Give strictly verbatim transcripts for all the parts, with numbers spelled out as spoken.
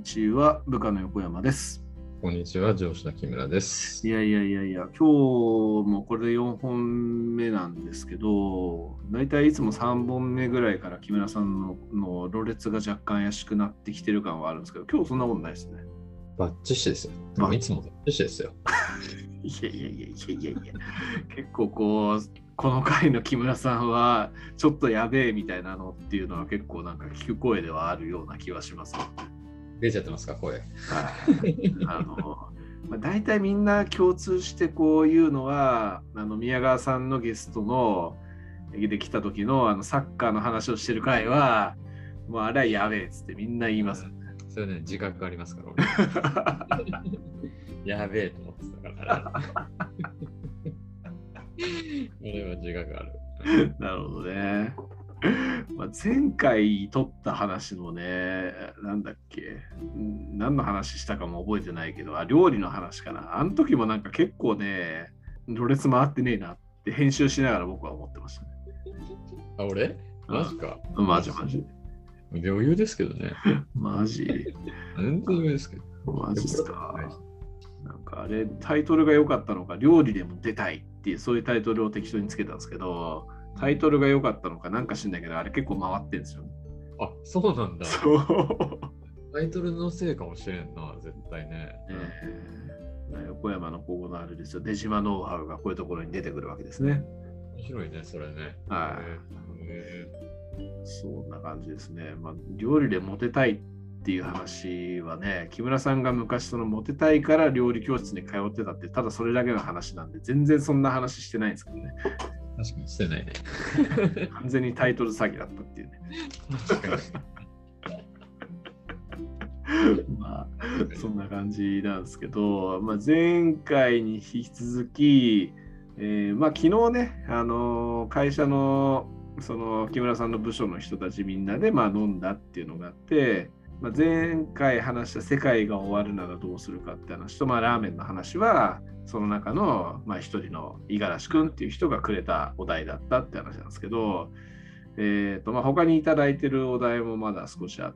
にちは、部下の横山です。 こんにちは、上司の木村です。 いやいやいやいや、今日もこれでよんほんめなんですけど、だいたいいつもさんぼんめぐらいから木村さん の, のろれつが若干怪しくなってきてる感はあるんですけど、今日そんなことないですね。 バッチシですよ。でもいつもバッチシですよ。 いやいやいやいやいやいや、結構こう、この回の木村さんはちょっとやべえみたいなのっていうのは結構なんか聞く声ではあるような気はします。 出ちゃってますか、声。 あのまあ、大体みんな共通してこういうのは、あの宮川さんのゲストので来た時のあのサッカーの話をしてる回は、もうあれはやべえっつってみんな言います。 それね、自覚ありますから、俺。やべえと思ってたから。俺は自覚ある。 なるほどね。まあ前回撮った話のね、なんだっけ、何の話したかも覚えてないけど、あ、料理の話かな。あの時もなんか結構ね、ろれつ回ってねえなって編集しながら僕は思ってましたね。 あ、俺マジか。 マジマジ。 余裕ですけどね。 マジ。 全然余裕ですけど。 マジっすか。なんかあれ、タイトルが良かったのか、料理でも出たいっていう、そういうタイトルを適当につけたんですけど、タイトルが良かったのかなんか知んないけど、あれ結構回ってんですよね。 あ、そうなんだ。 そう。 タイトルのせいかもしれんな、絶対ね。 えー、横山のここのあれですよ、出島ノウハウがこういうところに出てくるわけですね。 面白いね、それね。 はい。そんな感じですね。まあ、料理でモテたいっていう話はね、木村さんが昔そのモテたいから料理教室に通ってたって、ただそれだけの話なんで、全然そんな話してないんですけどね。 確かにしてないね。 完全にタイトル詐欺だったっていうね。 確かに。 まあ、そんな感じなんですけど、まあ、前回に引き続き、えーまあ、昨日ね、あのー、会社のその木村さんの部署の人たちみんなでまあ飲んだっていうのがあって、まあ、前回話した世界が終わるならどうするかって話と、まあ、ラーメンの話はその中のまあ一人の五十嵐君っていう人がくれたお題だったって話なんですけど、えーとまあ、他にいただいてるお題もまだ少しあって、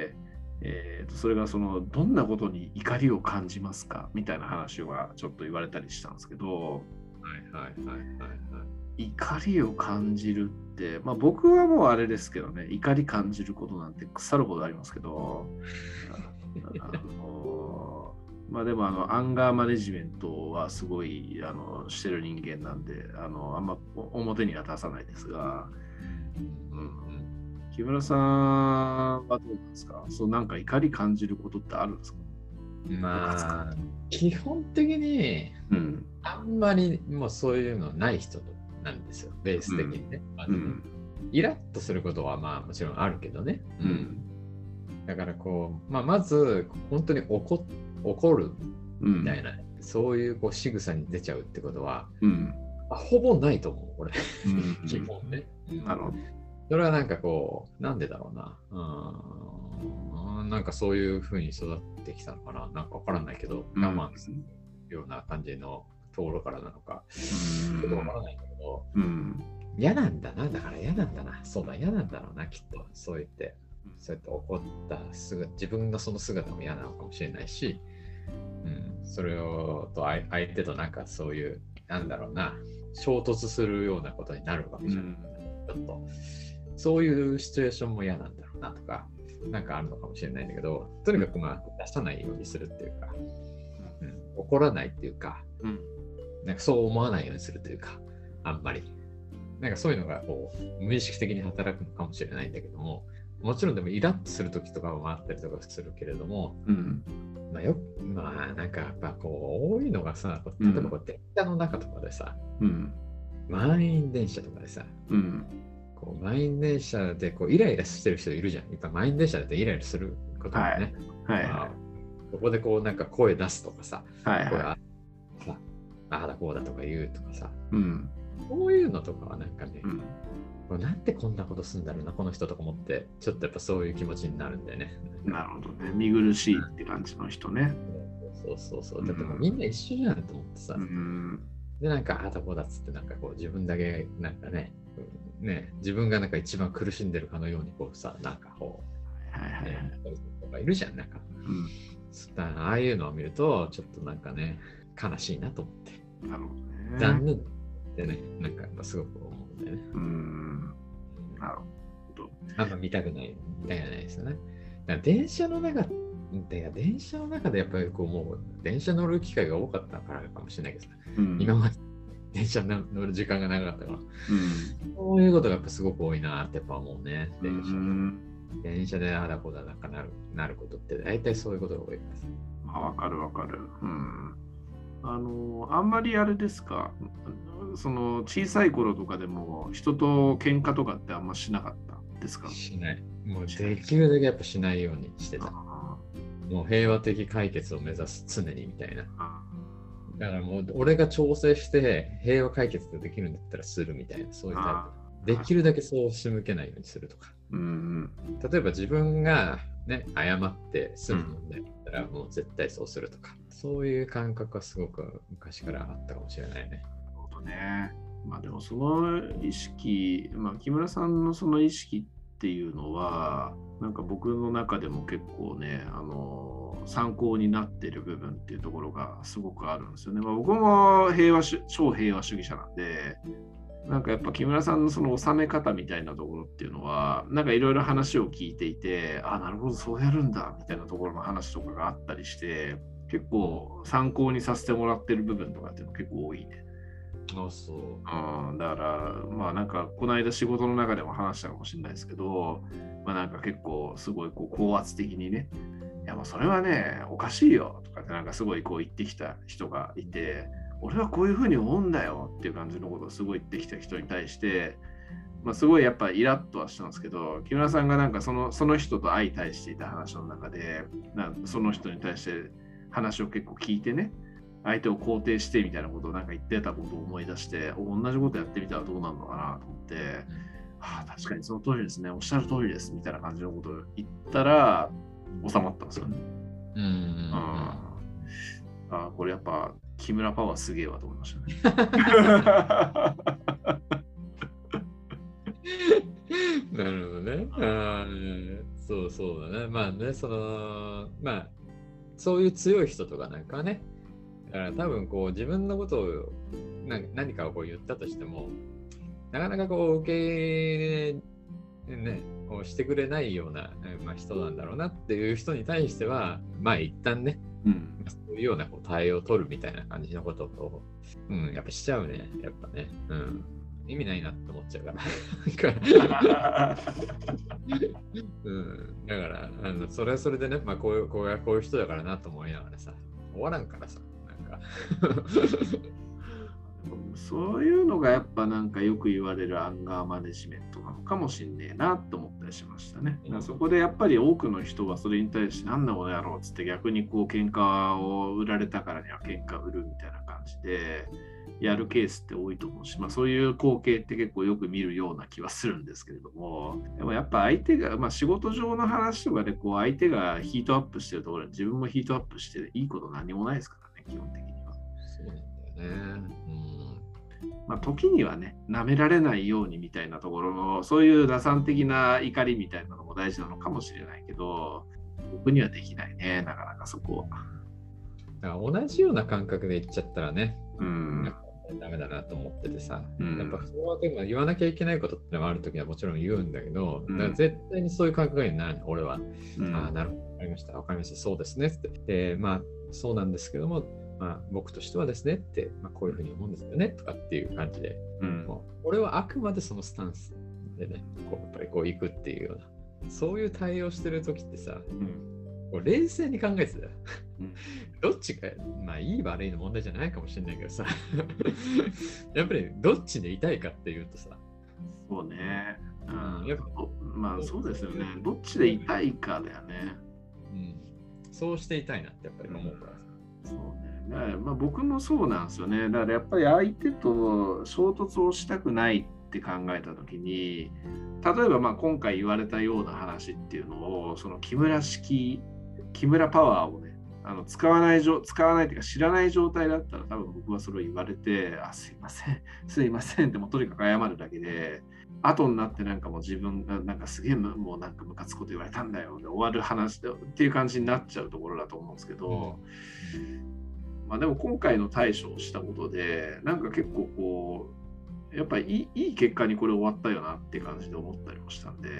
えーとそれがそのどんなことに怒りを感じますかみたいな話はちょっと言われたりしたんですけど、 はいはいはいはいはい。 怒りを感じるって、まあ、僕はもうあれですけどね、怒り感じることなんて腐るほどありますけど、あのまあでもあのアンガーマネジメントはすごいあのしてる人間なんで、あのあんま表には出さないですが、うんうん、木村さんはどうなんですか？そうなんか怒り感じることってあるんですか？ まあ、基本的に、うん、あんまりもうそういうのない人なんですよ、ベース的にね。うんまずねうん、イラッとすることはまあもちろんあるけどね。うん、だからこう、まあ、まず本当に怒怒るみたいな、うん、そういうこう仕草に出ちゃうってことは、うんまあ、ほぼないと思う、これ。うん、基本ね。なるほど。それはなんかこう、なんでだろうな。うん、なんかそういう風に育ってきたのかな。なんかわからないけど、我慢するような感じのところからなのか。ちょっとわからないんだけど、うん、嫌なんだな。だから嫌なんだな。そうだ、嫌なんだろうな、きっと。そう言って、そうやって怒った姿、自分のその姿も嫌なのかもしれないし、うん、それをと相手となんかそういう、なんだろうな、衝突するようなことになるかもしれない。うん、ちょっと。そういうシチュエーションも嫌なんだろうなとか、なんかあるのかもしれないんだけど、とにかくまあ出さないようにするっていうか、うん、怒らないっていうか、うん、なんかそう思わないようにするというか、あんまり。なんかそういうのがこう無意識的に働くのかもしれないんだけども、もちろんでもイラッとするときとかもあったりとかするけれども、うん、まあよく、まあなんかやっぱこう多いのがさ、例えばこう電車の中とかでさ、うん、満員電車とかでさ、うんこう満員電車でこうイライラしてる人いるじゃん。やっぱ満員電車でイライラすることもね。はい。はいまあ、ここでこうなんか声出すとかさ、はいはい、ああだこうだとか言うとかさ、うん、こういうのとかはなんかね、うん、なんでこんなことするんだろうな、この人とか思って、ちょっとやっぱそういう気持ちになるんだよね。 なるほどね。見苦しいって感じの人ね。 そうそうそう。だってもうみんな一緒じゃんと思ってさ。うん、で、なんかああだこうだっつってなんかこう自分だけなんかね、ね、自分がなんか一番苦しんでるかのようにこうさ、なんかこう、はいはいはい、ね、とかいるじゃん、なんか。 うん、ああいうのを見るとちょっとなんかね悲しいなと思って。 なるほどね。 残念ってね、なんかすごく思うんだよね。 うん。なるほど。 あんま見たくない、見たくないですよね。だから電車の中で、電車の中でやっぱりこうもう電車乗る機会が多かったからかもしれないけどさ、うん、今まで電車乗る時間が長かったから、うん、そういうことがやっぱすごく多いなってやっぱ思うね。電車、うん、電車であだこだなんかなるなることって大体そういうことが多いです。 わかるわかる。うん。あのあんまりあれですか、その小さい頃とかでも人と喧嘩とかってあんましなかったですか？ しない。もうできるだけやっぱしないようにしてた。もう平和的解決を目指す常にみたいな。だからもう俺が調整して平和解決ができるんだったらするみたいな、そういうタイプ。できるだけそう仕向けないようにするとか。うん、例えば自分がね、謝って済む問題だったらもう絶対そうするとか。そういう感覚はすごく昔からあったかもしれないね。なるほどね。まあでもその意識、まあ木村さんのその意識っていうのは、なんか僕の中でも結構ね、あの参考になっている部分っていうところがすごくあるんですよね。まあ、僕も平和主超平和主義者なんで、なんかやっぱ木村さんのその収め方みたいなところっていうのは、なんかいろいろ話を聞いていて、あ、なるほどそうやるんだみたいなところの話とかがあったりして、結構参考にさせてもらってる部分とかっていうの結構多いね。 あ、そう。 うん、だからまあなんかこの間仕事の中でも話したかもしれないですけど、まあなんか結構すごいこう高圧的にね、いやもうそれはねおかしいよとかってなんかすごいこう言ってきた人がいて、俺はこういうふうに思うんだよっていう感じのことをすごい言ってきた人に対して、まあ、すごいやっぱイラッとはしたんですけど、木村さんがなんかそのその人と相対していた話の中で、なその人に対して話を結構聞いてね、相手を肯定してみたいなことをなんか言ってたことを思い出して、同じことやってみたらどうなるのかなと思って、はあ、確かにその通りですね、おっしゃる通りですみたいな感じのことを言ったら収まったんですよね。うんうんうん、ああ、これやっぱ木村パワーすげえわと思いましたね。 なるほどね。あ、そうそうだね。まあね、その、まあ、そういう強い人とかなんかね、だから多分こう自分のことを何かをこう言ったとしても、なかなかこう受け入れ、ね、こうしてくれないような、まあ、人なんだろうなっていう人に対しては、まあ一旦ね、うん、そういうようなこう対応を取るみたいな感じのことを、うん、やっぱしちゃうね、やっぱね。うん、意味ないなって思っちゃうから。うん、だからあの、それはそれでね、まあこういう、こういう、こういう人だからなと思いながらさ、終わらんからさ、なんか。 そういうのがやっぱなんかよく言われるアンガーマネジメントなのかもしんねえなと思ったりしましたね。だからそこでやっぱり多くの人はそれに対してなんだこの野郎っつって逆にこう喧嘩を売られたからには喧嘩売るみたいな感じでやるケースって多いと思うし、まあ、そういう光景って結構よく見るような気はするんですけれども、でもやっぱ相手が、まあ、仕事上の話とかでこう相手がヒートアップしてるところに自分もヒートアップしていいこと何もないですからね、基本的には。 そうなんだよね。うん、 まあ、時にはね、舐められないようにみたいなところの、そういう打算的な怒りみたいなのも大事なのかもしれないけど、僕にはできないね、なかなかそこは。 だから同じような感覚で言っちゃったらね、 うん、 ダメだなと思っててさ、うん、やっぱそれはでも言わなきゃいけないことってのがあるときはもちろん言うんだけど、うん、だから絶対にそういう感覚になる、俺は。うん、ああ、なるほど、わかりました、わかりました、そうですねって。で、まあ、そうなんですけども、まあ、僕としてはですねって、まあ、こういうふうに思うんですよねとかっていう感じで、うん、もう俺はあくまでそのスタンスでね、こうやっぱりこう行くっていうような、そういう対応してるときってさ、うん、こう冷静に考えてたよ。うん、どっちが、まあいい悪いの問題じゃないかもしれないけどさ、やっぱりどっちでいたいかっていうとさ、 そうね、うん、やっぱまあそうですよね、どっちでいたいかだよね。 うん、そうしていたいなってやっぱり思うからさ。 うん、そうね。だからまあ僕もそうなんですよね。だからやっぱり相手と衝突をしたくないって考えたときに、例えばまあ今回言われたような話っていうのを、その木村式、木村パワーをね、 あの使わない状使わないというか知らない状態だったら多分僕はそれを言われて、あ、すいません、すいませんってもうとにかく謝るだけで、後になってなんかもう自分がなんかすげえもうなんかムカつくこと言われたんだよで終わる話でっていう感じになっちゃうところだと思うんですけど、うん、まあでも今回の対処をしたことでなんか結構こうやっぱりいい、いい結果にこれ終わったよなって感じで思ったりもしたんで、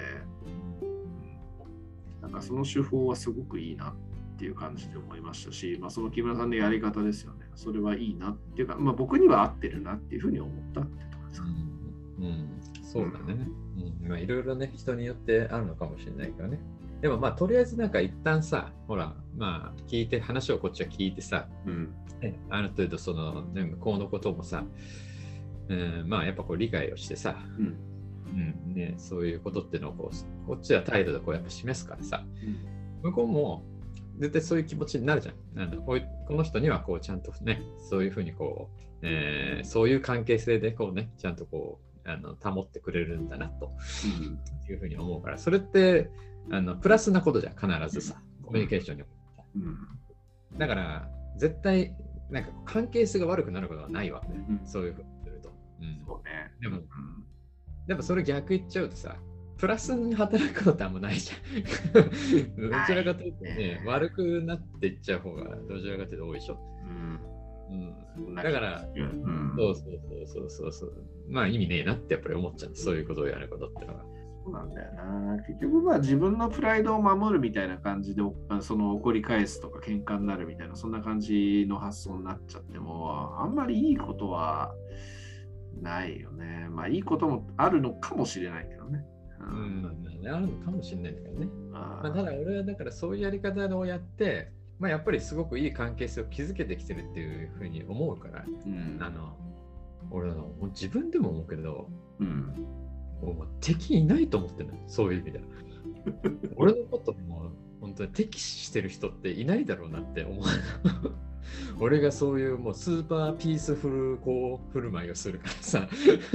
なんかその手法はすごくいいなっていう感じで思いましたし、まあ、その木村さんのやり方ですよね。それはいいなっていうか、まあ、僕には合ってるなっていうふうに思ったってところですかね。 うん、うん、そうだね。うん、まあいろいろね、人によってあるのかもしれないからね。でもまあとりあえずなんか一旦さ、ほら、まあ聞いて、話をこっちは聞いてさ、うん、ある程度その、ね、向こうのこともさ、うん、まあやっぱこう理解をしてさ、うんうんね、そういうことっていうのをこうこっちは態度でこうやっぱ示すからさ、うん、向こうも絶対そういう気持ちになるじゃん。あのこういうこの人にはこうちゃんとね、そういうふうにこう、えー、そういう関係性でこうね、ちゃんとこうあの保ってくれるんだなと、うん、いうふうに思うから、それってあのプラスなことじゃん、必ずさ、コミュニケーションに、うん、だから絶対なんか関係性が悪くなることはないわけね、うん、そういうふうにすると。うん、そうね。でも、うん、でもそれ逆言っちゃうとさ、プラスに働くことはあんまないじゃん。どちらかというとね、悪くなっていっちゃう方がどちらかというと多いでしょ。うんうん、だから、うん、そうそうそうそうそう。まあ意味ねえなってやっぱり思っちゃう。そういうことをやることってのは。 そうなんだよな。結局は自分のプライドを守るみたいな感じで、その怒り返すとか喧嘩になるみたいな、そんな感じの発想になっちゃっても、あんまりいいことはないよね。まあいいこともあるのかもしれないけどね。 うん、あるのかもしれないんだけどね。あまあ、ただ俺はだからそういうやり方をやって、まあ、やっぱりすごくいい関係性を築けてきてるっていうふうに思うから、うん、あの俺の自分でも思うけど、うん、もう敵いないと思ってるの、そういう意味では。俺のことも本当に敵視してる人っていないだろうなって思う。俺がそういうもうスーパーピースフルこう振る舞いをするからさ。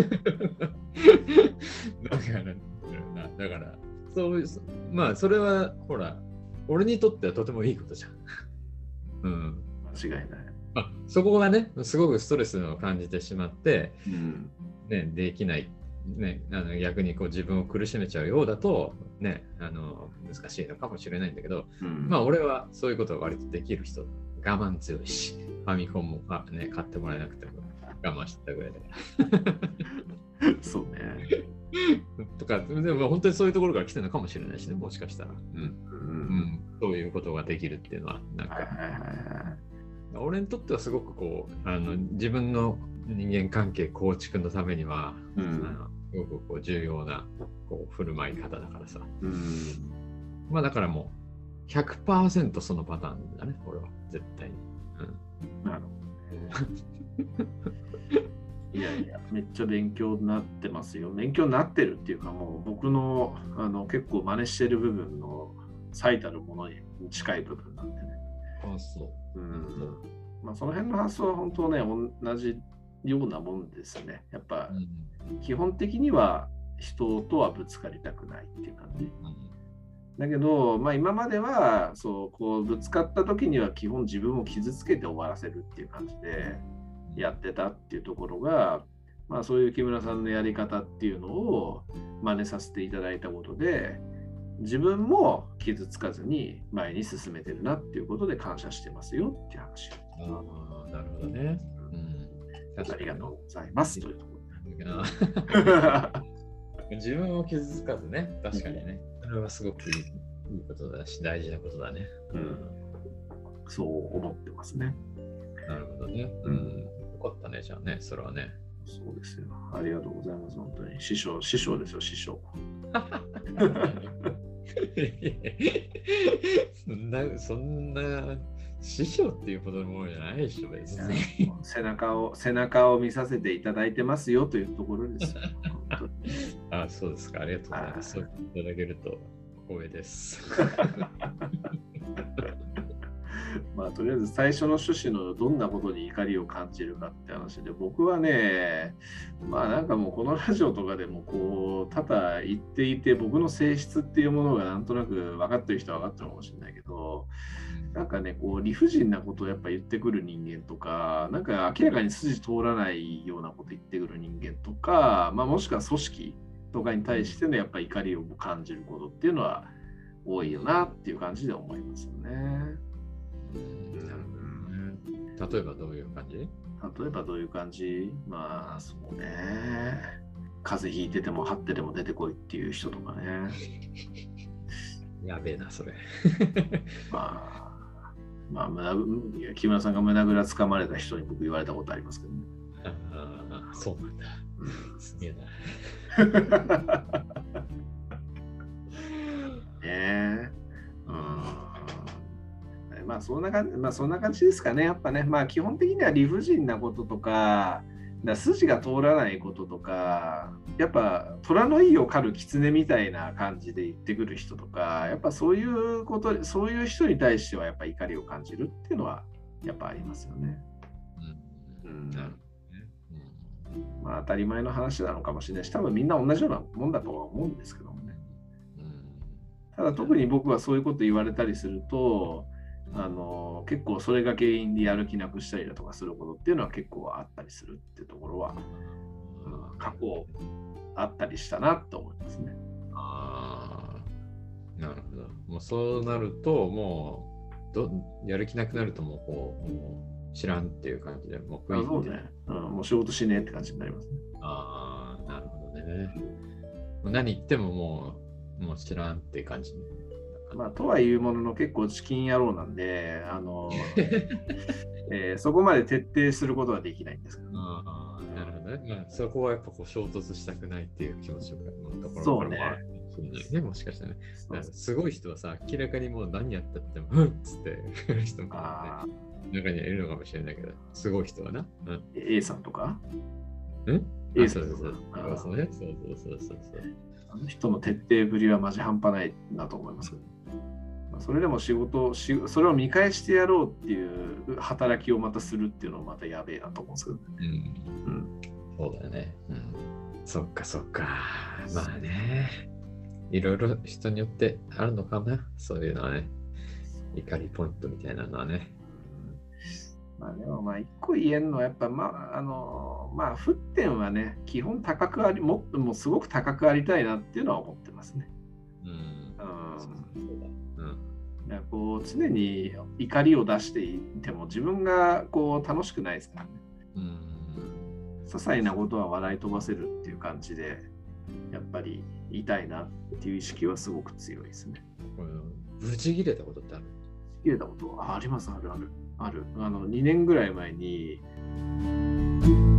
だからだからそういうまあそれはほら俺にとってはとてもいいことじゃん。うん、 間違いない。 まあ、そこがねすごくストレスを感じてしまって、うんね、できない、ね、あの逆にこう自分を苦しめちゃうようだと、ね、あの難しいのかもしれないんだけど、うん、まあ俺はそういうことが割とできる人だ。我慢強いし、ファミコンも、ね、買ってもらえなくても我慢してたぐらいで。そうね。 とか、でも本当にそういうところから来てるのかもしれないしね、もしかしたら。うん。うん、そういうことができるっていうのは、なんか、はいはいはいはい、俺にとってはすごくこう、あの自分の人間関係構築のためには、うん、あのすごくこう重要なこう振る舞い方だからさ。うん、まあだからもう、ひゃくパーセント そのパターンだね、俺は。絶対に。うん、なるほどね。いやいや、めっちゃ勉強になってますよ。勉強になってるっていうか、もう僕の、あの結構真似してる部分の最たるものに近い部分なんでね。あ、そう。うん。まあ、その辺の発想は本当ね、同じようなもんですね。やっぱ、うん、基本的には人とはぶつかりたくないっていう感じ。うんだけど、まあ、今まではそうこうぶつかった時には基本自分を傷つけて終わらせるっていう感じでやってたっていうところが、まあ、そういう木村さんのやり方っていうのを真似させていただいたことで自分も傷つかずに前に進めてるなっていうことで感謝してますよっていう話を。 ああ、なるほどね。 うん、ありがとうございますというところ。 自分を傷つかずね、確かにね。それはすごくいい、いいことだし、大事なことだね。うん。 そう思ってますね。 なるほどね。うん。よかったね、じゃあね、それはね。 そうですよ。ありがとうございます、本当に。師匠、師匠ですよ、師匠。 そんな、そんな、師匠っていうほどのものじゃないでしょ、別に。 背中を、背中を見させていただいてますよというところですよ。 あ、そうですか。ありがとうございます。そう言っていただけると光栄です。 まあ、とりあえず最初の趣旨のどんなことに怒りを感じるかって話で、僕はね、まあなんかもうこのラジオとかでもこう、多々言っていて、僕の性質っていうものがなんとなく分かってる人は分かってるかもしれないけど、なんかね、こう理不尽なことをやっぱ言ってくる人間とか、なんか明らかに筋通らないようなこと言ってくる人間とか、まあ、もしくは組織とかに対してのやっぱ怒りを感じることっていうのは多いよなっていう感じで思いますよね。 うん、例えばどういう感じ？ 例えばどういう感じ？まあそうね。風邪ひいてても張ってでも出てこいっていう人とかね。 やべえなそれ。 まあ。まあ、木村さんが胸ぐらつかまれた人に僕言われたことありますけどね。 ああ、そうなんだ。すげえな。 ねえ。うん。まあそんな感じ、まあそんな感じですかね。やっぱね、まあ基本的には理不尽なこととか、だ筋が通らないこととか、やっぱ虎の意を狩る狐みたいな感じで言ってくる人とか、やっぱそういうこと、そういう人に対してはやっぱ怒りを感じるっていうのはやっぱありますよね。うん。うん、まあ当たり前の話なのかもしれないし、多分みんな同じようなもんだとは思うんですけどもね。ただ特に僕はそういうこと言われたりすると、あの結構それが原因でやる気なくしたりだとかすることっていうのは結構あったりするっていうところは、うん、過去あったりしたなと思いますね。 ああ、なるほど。もうそうなるともうどやる気なくなるともうこうもう知らんっていう感じでもうクイズね、うん、もう仕事しねえって感じになりますね。 ああ、なるほどね。何言ってももうもう知らんっていう感じ。 まあ、とはいうものの結構チキン野郎なんで、あのえー、そこまで徹底することはできないんですけど、ね、 ああ、なるほどね。まあ、そこはやっぱこう衝突したくないっていう気持ちのところそうね。 ね、もしかしたらね。すごい人はさ、明らかにもう何やったっても、うんっつってやる人も、ね、中にはいるのかもしれないけど、すごい人はな。 うん、A さんとかん ?A さんとか。そうそうそうそうそう。 あの人の徹底ぶりはマジ半端ないなと思いますけど。それでも仕事をし、それを見返してやろうっていう働きをまたするっていうのはまたやべえなと思うんですけどね。 うん。うん、そうだよね。うん。そっかそっか。まあね。いろいろ人によってあるのかな。そういうのはね。怒りポイントみたいなのはね。 まあでもまあ一個言えるのはやっぱまああのまあ沸点はね基本高くありもっともうすごく高くありたいなっていうのは思ってますね。うん。うん、こう常に怒りを出していても自分がこう楽しくないですからね。うん。些細なことは笑い飛ばせるっていう感じでやっぱり言いたいなっていう意識はすごく強いですね。 ブチ切れたことってある？ 切れたことありますあるあるある。あのにねんぐらい前に